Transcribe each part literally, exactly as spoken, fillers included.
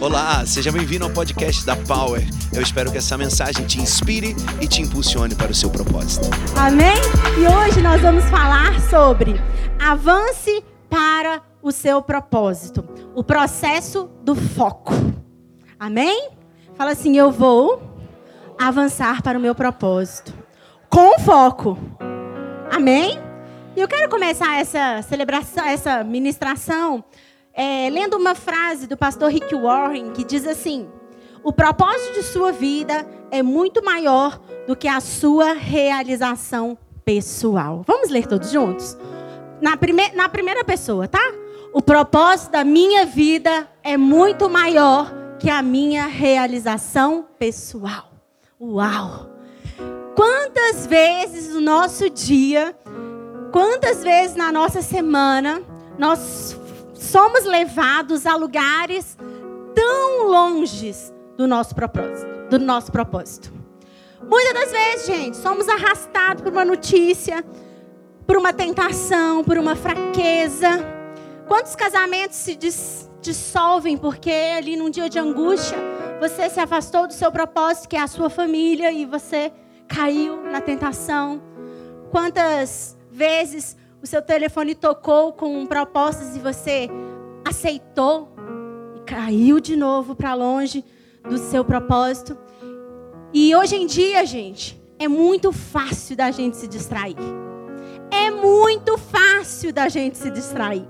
Olá, seja bem-vindo ao podcast da Power. Eu espero que essa mensagem te inspire e te impulsione para o seu propósito. Amém? E hoje nós vamos falar sobre avance para o seu propósito. O processo do foco. Amém? Fala assim, eu vou avançar para o meu propósito. Com foco. Amém? E eu quero começar essa celebração, essa ministração, é, lendo uma frase do pastor Rick Warren, que diz assim: o propósito de sua vida é muito maior do que a sua realização pessoal. Vamos ler todos juntos? Na, prime- na primeira pessoa, tá? O propósito da minha vida é muito maior que a minha realização pessoal. Uau! Quantas vezes no nosso dia, quantas vezes na nossa semana, nós somos levados a lugares tão longes do nosso propósito, do nosso propósito. Muitas das vezes, gente, somos arrastados por uma notícia, por uma tentação, por uma fraqueza. Quantos casamentos se dis- dissolvem porque ali num dia de angústia você se afastou do seu propósito, que é a sua família, e você caiu na tentação? Quantas vezes o seu telefone tocou com propostas e você aceitou e caiu de novo para longe do seu propósito? E hoje em dia, gente, é muito fácil da gente se distrair. É muito fácil da gente se distrair.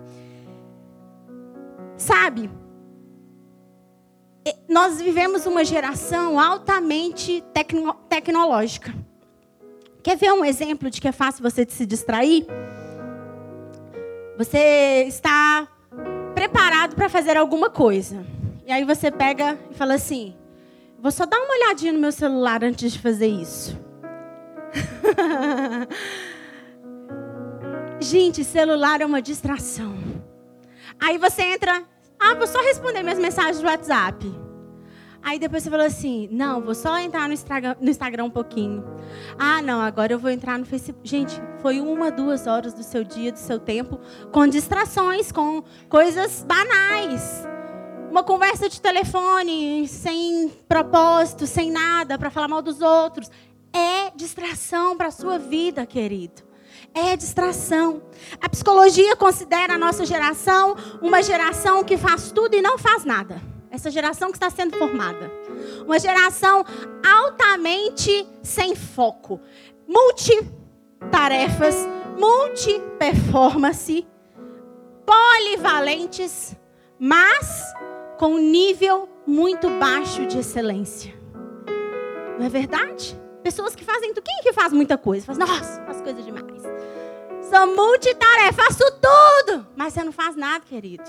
Sabe? Nós vivemos uma geração altamente tecno- tecnológica. Quer ver um exemplo de que é fácil você se distrair? Você está preparado para fazer alguma coisa. E aí você pega e fala assim: vou só dar uma olhadinha no meu celular antes de fazer isso. Gente, celular é uma distração. Aí você entra, ah, vou só responder minhas mensagens do WhatsApp. Aí depois você fala assim, não, vou só entrar no Instagram, no Instagram um pouquinho. Ah, não, agora eu vou entrar no Facebook. Gente, foi uma, duas horas do seu dia, do seu tempo, com distrações, com coisas banais. Uma conversa de telefone, sem propósito, sem nada, para falar mal dos outros. É distração para a sua vida, querido. É distração. A psicologia considera a nossa geração uma geração que faz tudo e não faz nada. Essa geração que está sendo formada. Uma geração altamente sem foco. Multitarefas, multiperformance, polivalentes, mas com um nível muito baixo de excelência. Não é verdade? Pessoas que fazem tudo. Quem que faz muita coisa? Faz, nossa, faz coisa demais. Sou multitarefa, faço tudo. Mas você não faz nada, querido.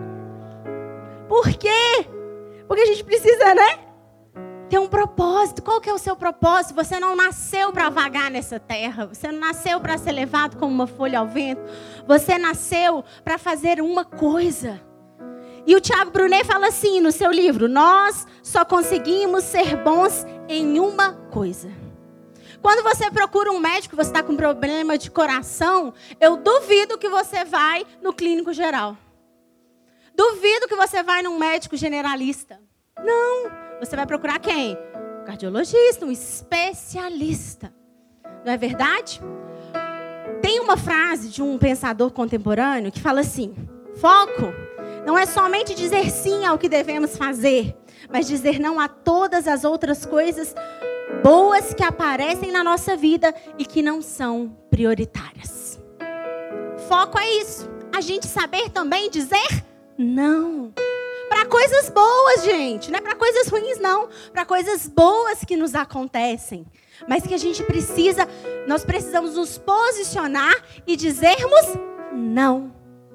Por quê? Porque a gente precisa, né? Ter um propósito. Qual que é o seu propósito? Você não nasceu para vagar nessa terra. Você não nasceu para ser levado como uma folha ao vento. Você nasceu para fazer uma coisa. E o Tiago Brunet fala assim no seu livro: nós só conseguimos ser bons em uma coisa. Quando você procura um médico, você está com problema de coração, eu duvido que você vai no clínico geral. Duvido que você vai num médico generalista. Não, você vai procurar quem? Um cardiologista, um especialista. Não é verdade? Tem uma frase de um pensador contemporâneo que fala assim: foco não é somente dizer sim ao que devemos fazer, mas dizer não a todas as outras coisas boas que aparecem na nossa vida e que não são prioritárias. Foco é isso. A gente saber também dizer não. Para coisas boas, gente. Não é para coisas ruins, não. Para coisas boas que nos acontecem. Mas que a gente precisa, nós precisamos nos posicionar e dizermos não.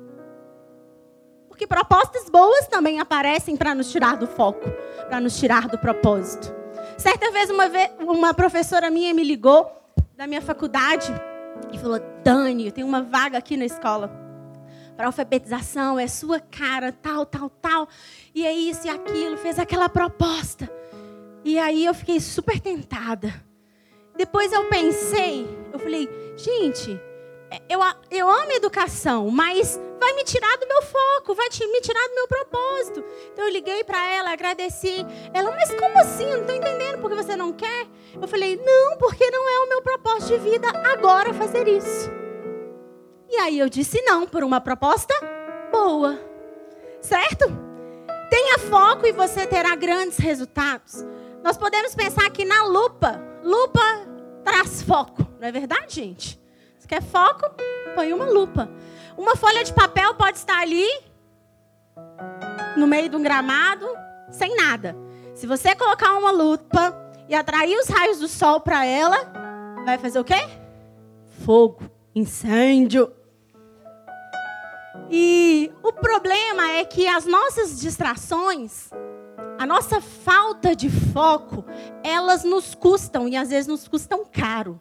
Porque propostas boas também aparecem para nos tirar do foco, para nos tirar do propósito. Certa vez uma, vez, uma professora minha me ligou da minha faculdade e falou: Dani, eu tenho uma vaga aqui na escola para alfabetização, é sua cara, tal, tal, tal. E é isso e aquilo, fez aquela proposta. E aí eu fiquei super tentada. Depois eu pensei, eu falei, gente, eu, eu amo educação, mas vai me tirar do meu foco, vai te, me tirar do meu propósito. Então eu liguei para ela, agradeci. Ela, mas como assim? Eu não estou entendendo porque você não quer. Eu falei, não, porque não é o meu propósito de vida agora fazer isso. E aí eu disse não por uma proposta boa. Certo? Tenha foco e você terá grandes resultados. Nós podemos pensar que na lupa, lupa traz foco. Não é verdade, gente? Se quer foco, põe uma lupa. Uma folha de papel pode estar ali, no meio de um gramado, sem nada. Se você colocar uma lupa e atrair os raios do sol para ela, vai fazer o quê? Fogo, incêndio. E o problema é que as nossas distrações, a nossa falta de foco, elas nos custam e às vezes nos custam caro.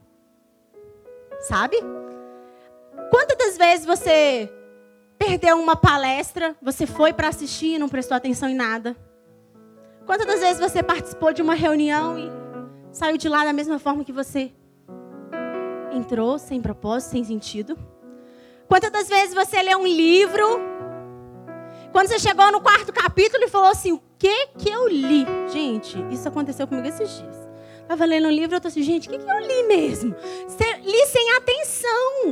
Sabe? Quantas das vezes você perdeu uma palestra, você foi para assistir e não prestou atenção em nada? Quantas das vezes você participou de uma reunião e saiu de lá da mesma forma que você entrou, sem propósito, sem sentido? Quantas das vezes você leu um livro, quando você chegou no quarto capítulo e falou assim, o que que eu li? Gente, isso aconteceu comigo esses dias. Estava lendo um livro e eu estou assim, gente, o que que eu li mesmo? Li sem atenção.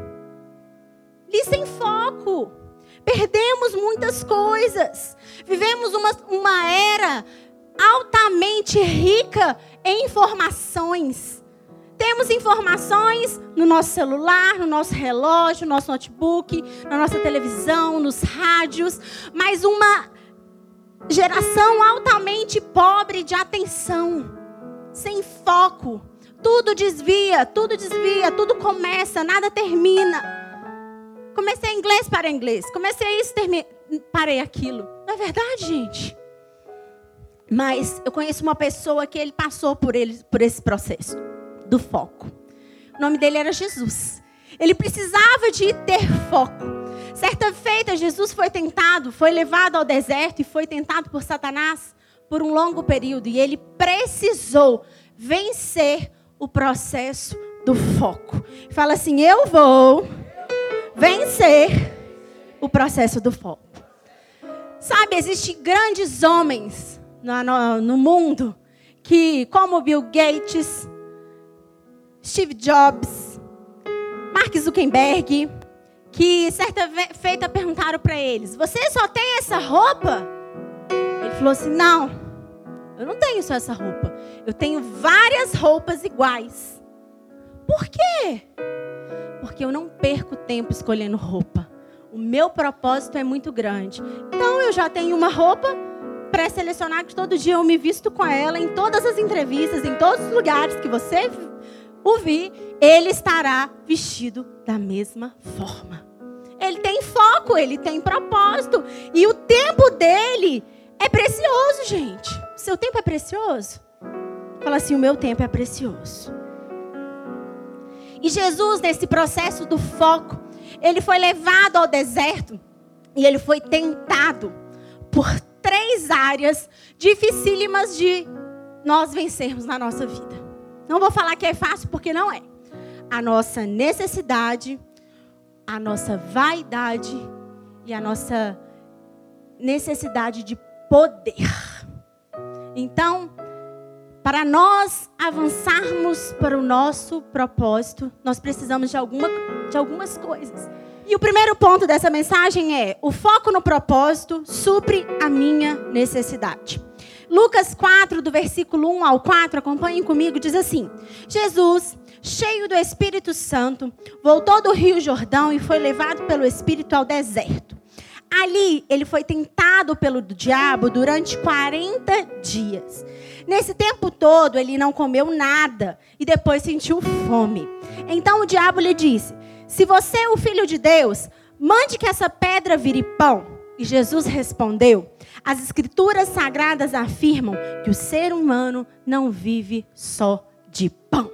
Li sem foco. Perdemos muitas coisas. Vivemos uma, uma era altamente rica em informações. Temos informações no nosso celular, no nosso relógio, no nosso notebook, na nossa televisão, nos rádios, mas uma geração altamente pobre de atenção, sem foco. Tudo desvia, tudo desvia, tudo começa, nada termina. Comecei inglês para inglês, comecei isso, termi... parei aquilo. Não é verdade, gente? Mas eu conheço uma pessoa que ele passou por, ele, por esse processo do foco. O nome dele era Jesus. Ele precisava de ter foco. Certa feita, Jesus foi tentado, foi levado ao deserto e foi tentado por Satanás por um longo período. E ele precisou vencer o processo do foco. Fala assim, eu vou vencer o processo do foco. Sabe, existem grandes homens no, no, no mundo que, como Bill Gates, Steve Jobs, Mark Zuckerberg, que certa feita perguntaram para eles, você só tem essa roupa? Ele falou assim, não, eu não tenho só essa roupa. Eu tenho várias roupas iguais. Por quê? Porque eu não perco tempo escolhendo roupa. O meu propósito é muito grande. Então eu já tenho uma roupa pré-selecionada que todo dia eu me visto com ela, em todas as entrevistas, em todos os lugares que você ouvir, ele estará vestido da mesma forma. Ele tem foco, ele tem propósito. E o tempo dele é precioso, gente. O seu tempo é precioso? Fala assim, o meu tempo é precioso. E Jesus, nesse processo do foco, ele foi levado ao deserto e ele foi tentado por três áreas dificílimas de nós vencermos na nossa vida. Não vou falar que é fácil, porque não é. A nossa necessidade, a nossa vaidade e a nossa necessidade de poder. Então, para nós avançarmos para o nosso propósito, nós precisamos de, alguma, de algumas coisas. E o primeiro ponto dessa mensagem é: o foco no propósito supre a minha necessidade. Lucas quatro, do versículo um ao quatro, acompanhem comigo, diz assim: Jesus, cheio do Espírito Santo, voltou do Rio Jordão e foi levado pelo Espírito ao deserto. Ali, ele foi tentado pelo diabo durante quarenta dias. Nesse tempo todo, ele não comeu nada e depois sentiu fome. Então o diabo lhe disse: se você é o Filho de Deus, mande que essa pedra vire pão. E Jesus respondeu: as Escrituras Sagradas afirmam que o ser humano não vive só de pão.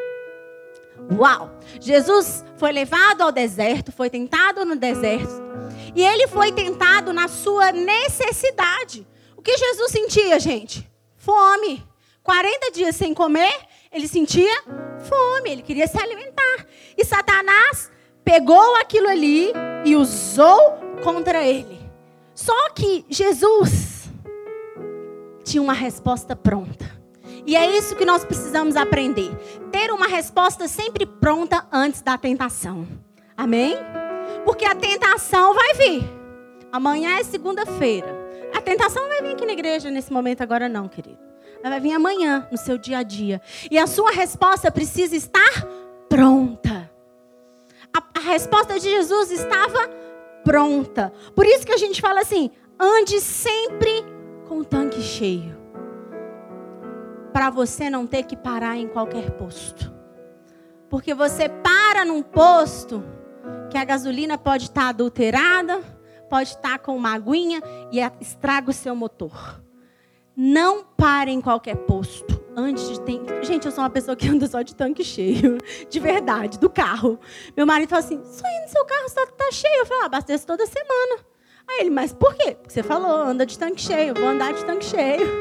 Uau! Jesus foi levado ao deserto, foi tentado no deserto. E ele foi tentado na sua necessidade. O que Jesus sentia, gente? Fome. quarenta dias sem comer, ele sentia fome, ele queria se alimentar. E Satanás pegou aquilo ali e usou contra ele. Só que Jesus tinha uma resposta pronta. E é isso que nós precisamos aprender. Ter uma resposta sempre pronta antes da tentação. Amém? Porque a tentação vai vir. Amanhã é segunda-feira. A tentação não vai vir aqui na igreja nesse momento agora não, querido. Ela vai vir amanhã, no seu dia a dia. E a sua resposta precisa estar pronta. A, a resposta de Jesus estava pronta. Por isso que a gente fala assim, ande sempre com o tanque cheio. Para você não ter que parar em qualquer posto. Porque você para num posto que a gasolina pode estar adulterada, pode estar com uma aguinha e estraga o seu motor. Não pare em qualquer posto. Antes de ter... Gente, eu sou uma pessoa que anda só de tanque cheio. De verdade, do carro. Meu marido fala assim, só aí no seu carro só tá cheio. Eu falo, ah, abasteço toda semana. Aí ele, mas por quê? Porque você falou, anda de tanque cheio. Vou andar de tanque cheio.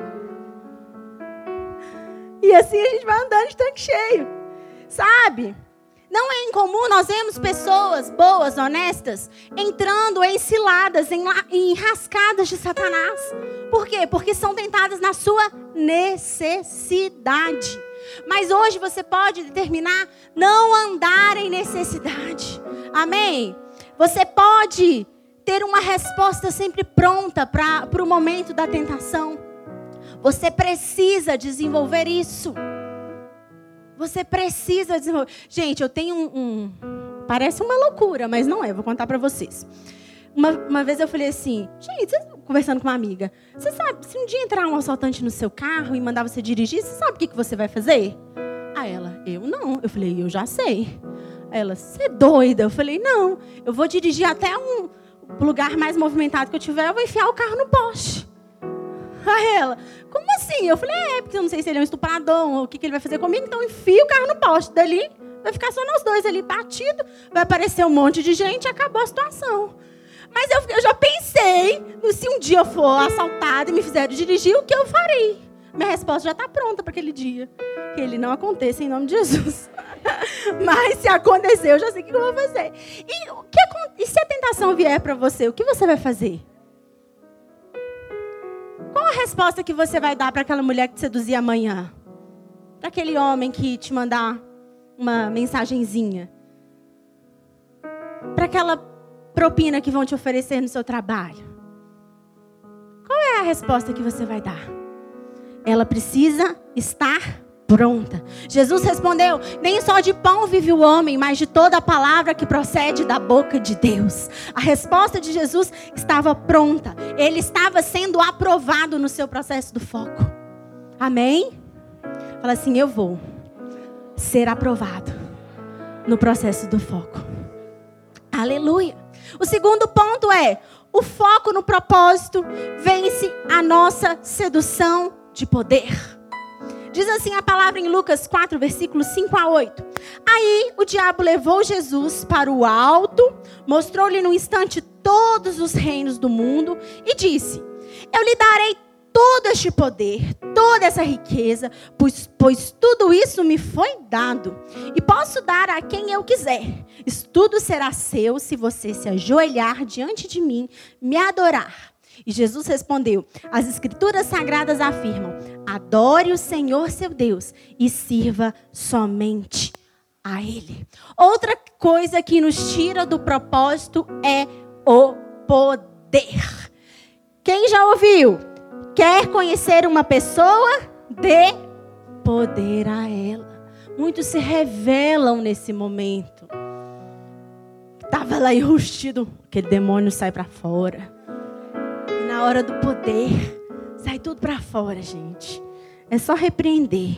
E assim a gente vai andando de tanque cheio. Sabe? Não é incomum nós vemos pessoas boas, honestas, entrando em ciladas, em, em rascadas de Satanás. Por quê? Porque são tentadas na sua necessidade. Mas hoje você pode determinar não andar em necessidade. Amém? Você pode ter uma resposta sempre pronta para o momento da tentação. Você precisa desenvolver isso. Você precisa desenvolver. Gente, eu tenho um, um... Parece uma loucura, mas não é. Vou contar pra vocês. Uma, uma vez eu falei assim... Gente, você, conversando com uma amiga. Você sabe, se um dia entrar um assaltante no seu carro e mandar você dirigir, você sabe o que, que você vai fazer? Aí ela, eu não. Eu falei, eu já sei. Aí ela, você é doida? Eu falei, não. Eu vou dirigir até um lugar mais movimentado que eu tiver, eu vou enfiar o carro no poste. Aí ela, como assim? Eu falei, é, porque eu não sei se ele é um estuprador ou o que, que ele vai fazer comigo, então enfia o carro no poste. Dali, vai ficar só nós dois ali batido, vai aparecer um monte de gente e acabou a situação. Mas eu, eu já pensei, se um dia eu for assaltada e me fizeram dirigir, o que eu farei? Minha resposta já está pronta para aquele dia. Que ele não aconteça em nome de Jesus. Mas se acontecer, eu já sei o que eu vou fazer. E, o que, e se a tentação vier para você, o que você vai fazer? Qual a resposta que você vai dar para aquela mulher que te seduzir amanhã? Para aquele homem que te mandar uma mensagenzinha? Para aquela propina que vão te oferecer no seu trabalho? Qual é a resposta que você vai dar? Ela precisa estar pronta. Jesus respondeu, nem só de pão vive o homem, mas de toda a palavra que procede da boca de Deus. A resposta de Jesus estava pronta. Ele estava sendo aprovado no seu processo do foco. Amém? Fala assim, eu vou ser aprovado no processo do foco. Aleluia. O segundo ponto é, o foco no propósito vence a nossa sedução de poder. Diz assim a palavra em Lucas quatro, versículos cinco a oito. Aí o diabo levou Jesus para o alto, mostrou-lhe no instante todos os reinos do mundo e disse, eu lhe darei todo este poder, toda essa riqueza, pois, pois tudo isso me foi dado. E posso dar a quem eu quiser. Isso tudo será seu se você se ajoelhar diante de mim, me adorar. E Jesus respondeu, as escrituras sagradas afirmam, adore o Senhor seu Deus e sirva somente a Ele. Outra coisa que nos tira do propósito é o poder. Quem já ouviu? Quer conhecer uma pessoa? Dê poder a ela. Muitos se revelam nesse momento. Estava lá enrustido, aquele demônio sai para fora. Na hora do poder, sai tudo para fora, gente. É só repreender.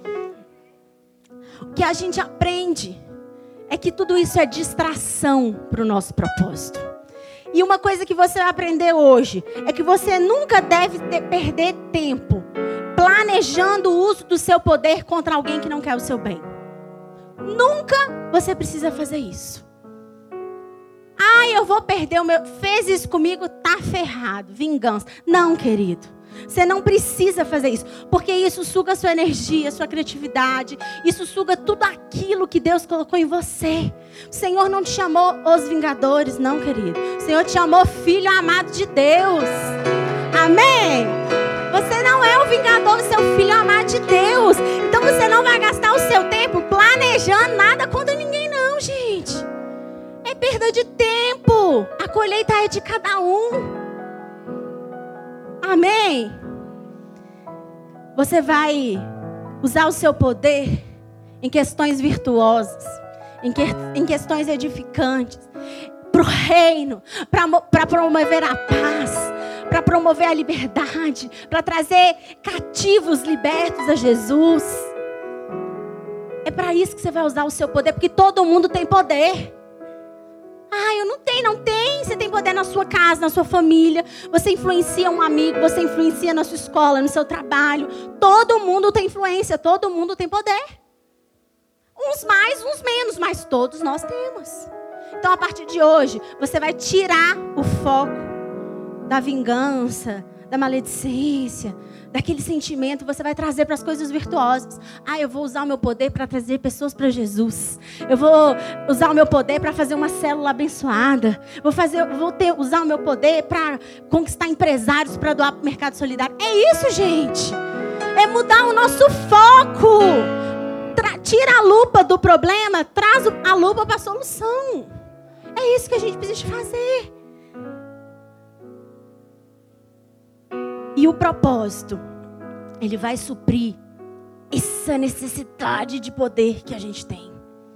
O que a gente aprende é que tudo isso é distração para o nosso propósito. E uma coisa que você vai aprender hoje é que você nunca deve ter, perder tempo planejando o uso do seu poder contra alguém que não quer o seu bem. Nunca você precisa fazer isso. Ai, eu vou perder o meu... Fez isso comigo, tá ferrado. Vingança. Não, querido. Você não precisa fazer isso. Porque isso suga a sua energia, a sua criatividade. Isso suga tudo aquilo que Deus colocou em você. O Senhor não te chamou os vingadores, não, querido. O Senhor te chamou filho amado de Deus. Amém? Você não é o vingador, você é o filho amado de Deus. Então você não vai gastar o seu tempo planejando nada contra ninguém, não, gente. É perda de tempo. A colheita é de cada um. Amém? Você vai usar o seu poder em questões virtuosas, em, que, em questões edificantes, para o reino, para promover a paz, para promover a liberdade, para trazer cativos libertos a Jesus. É para isso que você vai usar o seu poder, porque todo mundo tem poder. Ah, eu não tenho, não tem. Você tem poder na sua casa, na sua família. Você influencia um amigo, você influencia na sua escola, no seu trabalho. Todo mundo tem influência, todo mundo tem poder. Uns mais, uns menos, mas todos nós temos. Então, a partir de hoje, você vai tirar o foco da vingança, da maledicência, daquele sentimento. Você vai trazer para as coisas virtuosas. Ah, eu vou usar o meu poder para trazer pessoas para Jesus. Eu vou usar o meu poder para fazer uma célula abençoada. Vou, fazer, vou ter, usar o meu poder para conquistar empresários, para doar para o mercado solidário. É isso, gente. É mudar o nosso foco. Tra- tira a lupa do problema, traz a lupa para a solução. É isso que a gente precisa fazer. E o propósito, ele vai suprir essa necessidade de poder que a gente tem.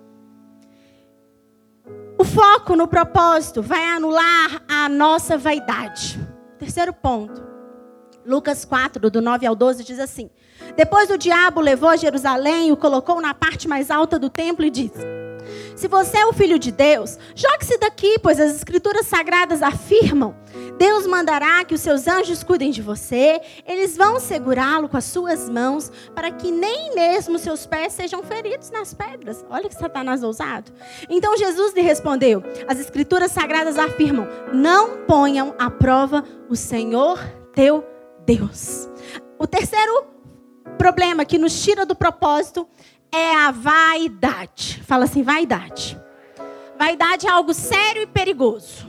O foco no propósito vai anular a nossa vaidade. Terceiro ponto. Lucas quatro, do nove ao doze, diz assim: Depois o diabo levou a Jerusalém e o colocou na parte mais alta do templo e disse: Se você é o filho de Deus, jogue-se daqui, pois as escrituras sagradas afirmam: Deus mandará que os seus anjos cuidem de você, eles vão segurá-lo com as suas mãos, para que nem mesmo seus pés sejam feridos nas pedras. Olha que Satanás ousado. Então Jesus lhe respondeu: As escrituras sagradas afirmam: Não ponham à prova o Senhor teu Deus. O terceiro problema que nos tira do propósito é a vaidade. Fala assim, vaidade. Vaidade é algo sério e perigoso.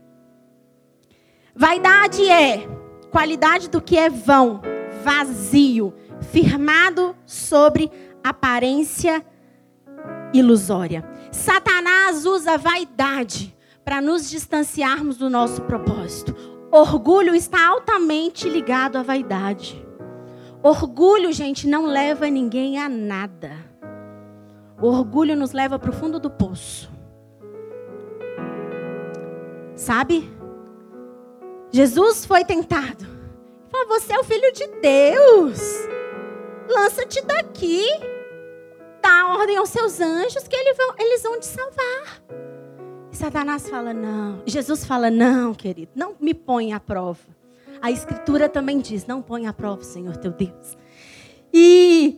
Vaidade é qualidade do que é vão, vazio, firmado sobre aparência ilusória. Satanás usa a vaidade para nos distanciarmos do nosso propósito. Orgulho está altamente ligado à vaidade. Orgulho, gente, não leva ninguém a nada. O orgulho nos leva para o fundo do poço. Sabe? Jesus foi tentado. Falou: você é o filho de Deus. Lança-te daqui. Dá ordem aos seus anjos que eles vão, eles vão te salvar. E Satanás fala: não. Jesus fala: não, querido. Não me põe à prova. A Escritura também diz: não põe à prova o Senhor teu Deus. E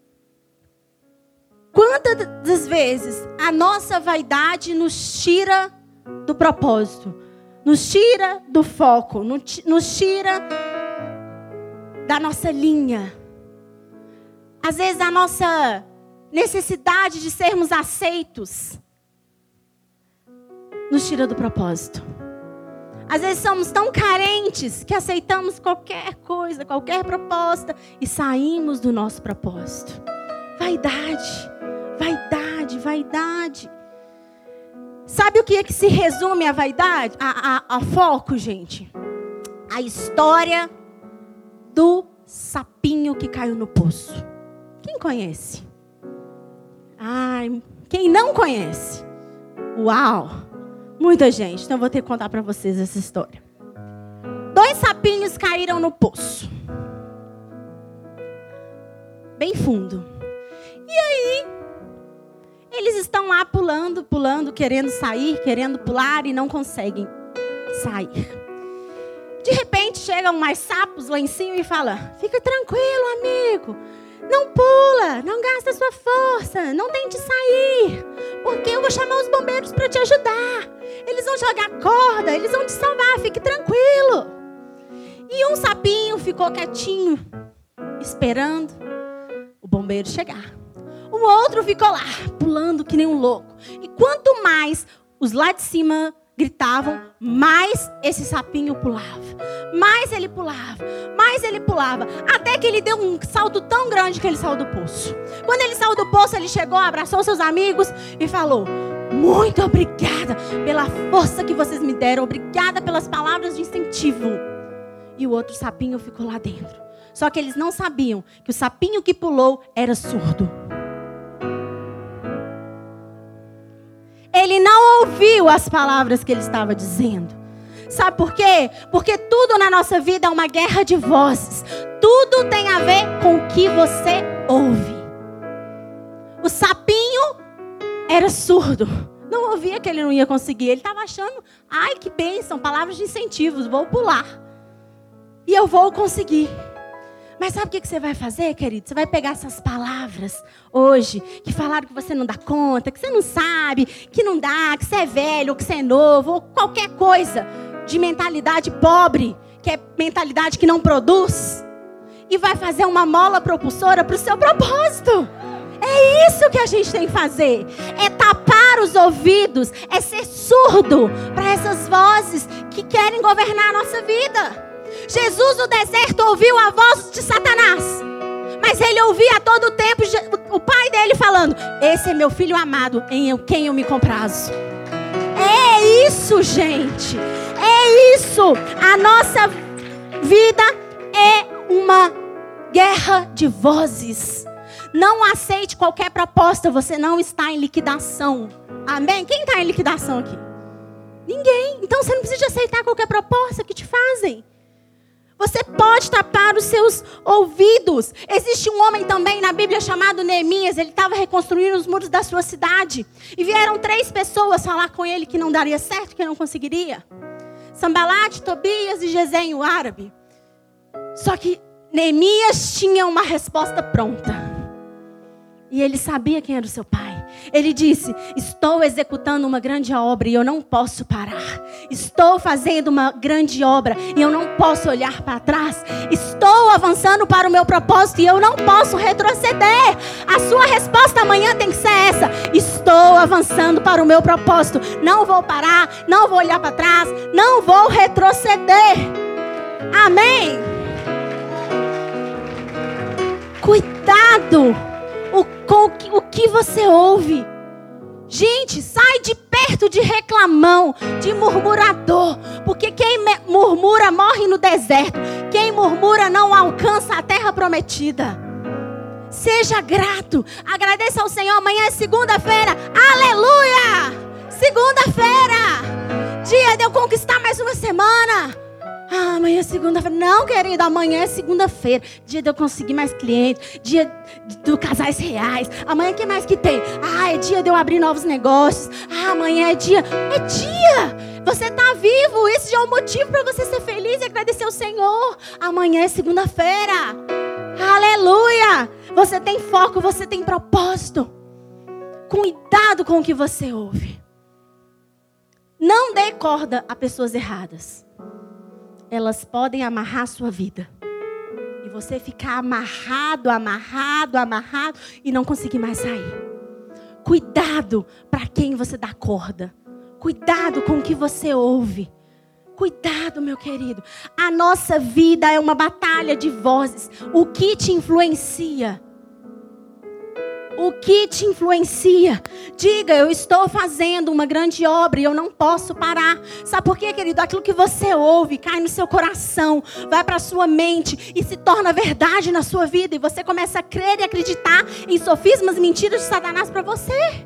quantas vezes a nossa vaidade nos tira do propósito, nos tira do foco, nos tira da nossa linha. Às vezes a nossa necessidade de sermos aceitos nos tira do propósito. Às vezes somos tão carentes que aceitamos qualquer coisa, qualquer proposta e saímos do nosso propósito. Vaidade, vaidade, vaidade. Sabe o que é que se resume a vaidade? A, a, a foco, gente? A história do sapinho que caiu no poço. Quem conhece? Ai, quem não conhece? Uau! Muita gente, então eu vou ter que contar para vocês essa história. Dois sapinhos caíram no poço. Bem fundo. E aí, eles estão lá pulando, pulando, querendo sair, querendo pular e não conseguem sair. De repente, chegam mais sapos lá em cima e falam: fica tranquilo, amigo. Não pula, não gasta sua força, não tente sair, porque eu vou chamar os bombeiros para te ajudar. Eles vão jogar corda, eles vão te salvar, fique tranquilo. E um sapinho ficou quietinho, esperando o bombeiro chegar. O outro ficou lá, pulando que nem um louco. E quanto mais os lá de cima gritavam, mais esse sapinho pulava. Mais ele pulava, mais ele pulava. Até que ele deu um salto tão grande que ele saiu do poço. Quando ele saiu do poço, ele chegou, abraçou seus amigos e falou: muito obrigada pela força que vocês me deram. Obrigada pelas palavras de incentivo. E o outro sapinho ficou lá dentro. Só que eles não sabiam que o sapinho que pulou era surdo. Ele não ouviu as palavras que ele estava dizendo. Sabe por quê? Porque tudo na nossa vida é uma guerra de vozes. Tudo tem a ver com o que você ouve. O sapinho era surdo. Não ouvia que ele não ia conseguir. Ele estava achando, ai que bênção, palavras de incentivos, vou pular. E eu vou conseguir. Mas sabe o que você vai fazer, querido? Você vai pegar essas palavras hoje, que falaram que você não dá conta, que você não sabe, que não dá, que você é velho, que você é novo, ou qualquer coisa de mentalidade pobre, que é mentalidade que não produz, e vai fazer uma mola propulsora para o seu propósito. É isso que a gente tem que fazer. É tapar os ouvidos, é ser surdo para essas vozes que querem governar a nossa vida. Jesus no deserto ouviu a voz de Satanás, mas ele ouvia a todo tempo o pai dele falando: esse é meu filho amado, em quem eu me comprazo. É isso, gente. É isso. A nossa vida é uma guerra de vozes. Não aceite qualquer proposta. Você não está em liquidação. Amém? Quem está em liquidação aqui? Ninguém. Então você não precisa aceitar qualquer proposta que te fazem. Você pode tapar os seus ouvidos. Existe um homem também na Bíblia chamado Neemias. Ele estava reconstruindo os muros da sua cidade. E vieram três pessoas falar com ele que não daria certo, que não conseguiria. Sambalate, Tobias e Gesem, o árabe. Só que Neemias tinha uma resposta pronta. E ele sabia quem era o seu pai. Ele disse: estou executando uma grande obra e eu não posso parar. Estou fazendo uma grande obra e eu não posso olhar para trás. Estou avançando para o meu propósito e eu não posso retroceder. A sua resposta amanhã tem que ser essa: estou avançando para o meu propósito. Não vou parar, não vou olhar para trás, não vou retroceder. Amém? Cuidado o, com o que, o que você ouve. Gente, sai de perto de reclamão, de murmurador. Porque quem murmura morre no deserto. Quem murmura não alcança a terra prometida. Seja grato. Agradeça ao Senhor. Amanhã é segunda-feira. Aleluia! Segunda-feira. Dia de eu conquistar mais uma semana. Ah, amanhã é segunda-feira. Não, querido, amanhã é segunda-feira. Dia de eu conseguir mais clientes. Dia do casais reais. Amanhã o que mais que tem? Ah, é dia de eu abrir novos negócios. Ah, amanhã é dia. É dia. Você está vivo. Isso já é um motivo para você ser feliz e agradecer ao Senhor. Amanhã é segunda-feira. Aleluia. Você tem foco, você tem propósito. Cuidado com o que você ouve. Não dê corda a pessoas erradas. Elas podem amarrar a sua vida. E você ficar amarrado, amarrado, amarrado e não conseguir mais sair. Cuidado para quem você dá corda. Cuidado com o que você ouve. Cuidado, meu querido. A nossa vida é uma batalha de vozes. O que te influencia? O que te influencia? Diga: eu estou fazendo uma grande obra e eu não posso parar. Sabe por quê, querido? Aquilo que você ouve cai no seu coração, vai para a sua mente e se torna verdade na sua vida. E você começa a crer e acreditar em sofismas e mentiras de Satanás para você.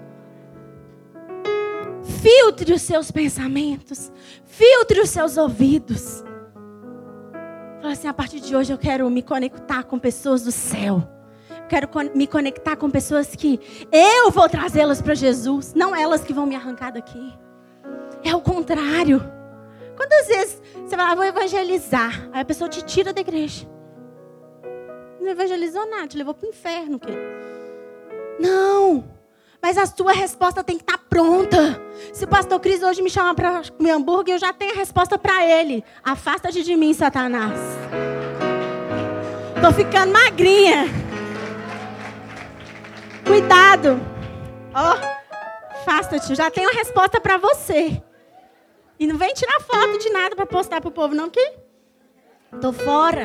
Filtre os seus pensamentos. Filtre os seus ouvidos. Fala assim: a partir de hoje eu quero me conectar com pessoas do céu. Quero me conectar com pessoas que eu vou trazê-las para Jesus. Não elas que vão me arrancar daqui. É o contrário. Quantas vezes você fala: vou evangelizar. Aí a pessoa te tira da igreja. Não evangelizou nada, te levou para o inferno. Querido. Não. Mas a sua resposta tem que estar pronta. Se o pastor Cris hoje me chama para comer hambúrguer, eu já tenho a resposta para ele. Afasta-te de mim, Satanás. Estou ficando magrinha. Cuidado. Ó, oh, afasta-te. Já tenho a resposta para você. E não vem tirar foto de nada para postar pro povo, não, que tô fora.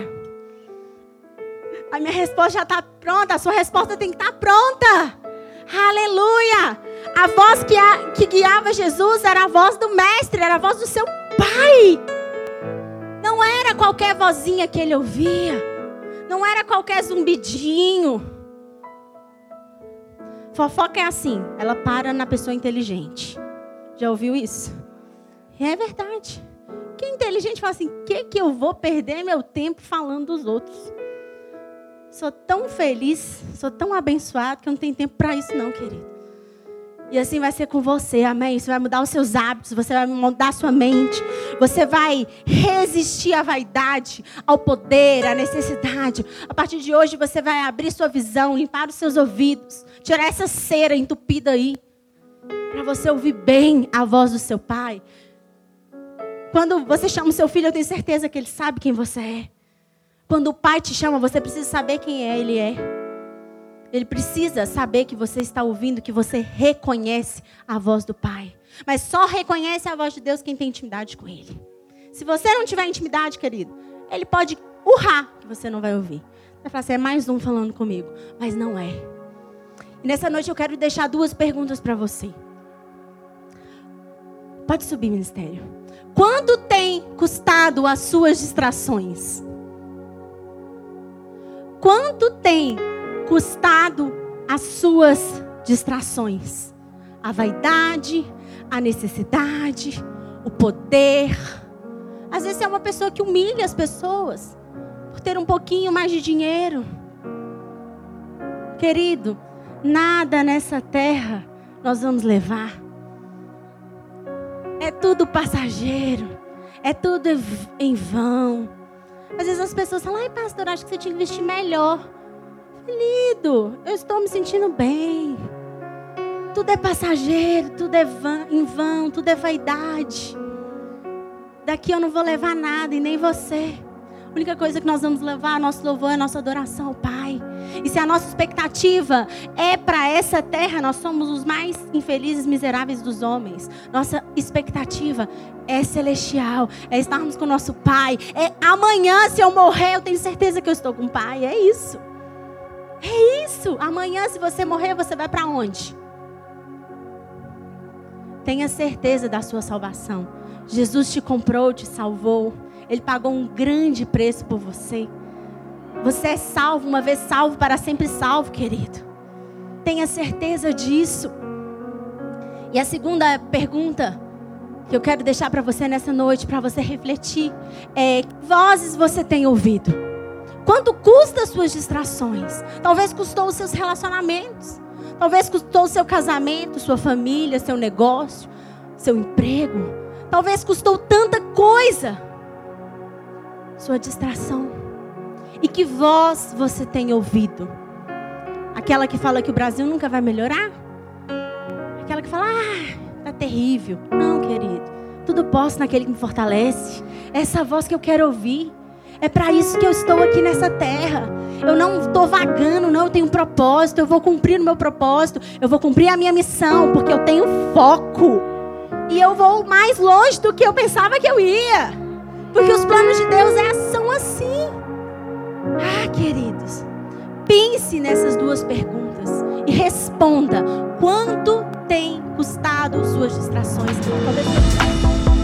A minha resposta já está pronta. A sua resposta tem que estar pronta. Aleluia. A voz que, a, que guiava Jesus era a voz do mestre, era a voz do seu pai. Não era qualquer vozinha que ele ouvia. Não era qualquer zumbidinho. Fofoca é assim, ela para na pessoa inteligente. Já ouviu isso? É verdade. Quem é inteligente fala assim, que que eu vou perder meu tempo falando dos outros? Sou tão feliz, sou tão abençoado que eu não tenho tempo para isso não, querido. E assim vai ser com você, amém? Você vai mudar os seus hábitos, você vai mudar a sua mente. Você vai resistir à vaidade, ao poder, à necessidade. A partir de hoje você vai abrir sua visão, limpar os seus ouvidos. Tirar essa cera entupida aí. Para você ouvir bem a voz do seu pai. Quando você chama o seu filho, eu tenho certeza que ele sabe quem você é. Quando o pai te chama, você precisa saber quem é, ele é. Ele precisa saber que você está ouvindo, que você reconhece a voz do Pai. Mas só reconhece a voz de Deus quem tem intimidade com Ele. Se você não tiver intimidade, querido, Ele pode urrar que você não vai ouvir. Vai falar assim, é mais um falando comigo. Mas não é. E nessa noite eu quero deixar duas perguntas para você. Pode subir, ministério. Quanto tem custado as suas distrações? Quanto tem custado as suas distrações? A vaidade, a necessidade, o poder. Às vezes é uma pessoa que humilha as pessoas por ter um pouquinho mais de dinheiro. Querido, nada nessa terra nós vamos levar. É tudo passageiro. É tudo em vão. Às vezes as pessoas falam, ai pastor, acho que você tinha que vestir melhor. Querido, eu estou me sentindo bem. Tudo é passageiro, tudo é vã, em vão, tudo é vaidade. Daqui eu não vou levar nada e nem você. A única coisa que nós vamos levar, nosso louvor, é nossa adoração ao Pai. E se a nossa expectativa é para essa terra, nós somos os mais infelizes, miseráveis dos homens. Nossa expectativa é celestial, é estarmos com o nosso Pai. É amanhã, se eu morrer, eu tenho certeza que eu estou com o Pai. É isso. É isso. Amanhã, se você morrer, você vai para onde? Tenha certeza da sua salvação. Jesus te comprou, te salvou. Ele pagou um grande preço por você. Você é salvo, uma vez salvo, para sempre salvo, querido. Tenha certeza disso. E a segunda pergunta que eu quero deixar para você nessa noite, para você refletir, é: que vozes você tem ouvido? Quanto custa as suas distrações? Talvez custou os seus relacionamentos. Talvez custou o seu casamento, sua família, seu negócio, seu emprego. Talvez custou tanta coisa. Sua distração. E que voz você tem ouvido? Aquela que fala que o Brasil nunca vai melhorar? Aquela que fala, ah, tá terrível. Não, querido. Tudo posso naquele que me fortalece. É essa voz que eu quero ouvir. É para isso que eu estou aqui nessa terra. Eu não estou vagando, não. Eu tenho um propósito. Eu vou cumprir o meu propósito. Eu vou cumprir a minha missão. Porque eu tenho foco. E eu vou mais longe do que eu pensava que eu ia. Porque os planos de Deus é, são assim. Ah, queridos. Pense nessas duas perguntas. E responda. Quanto tem custado suas distrações? Talvez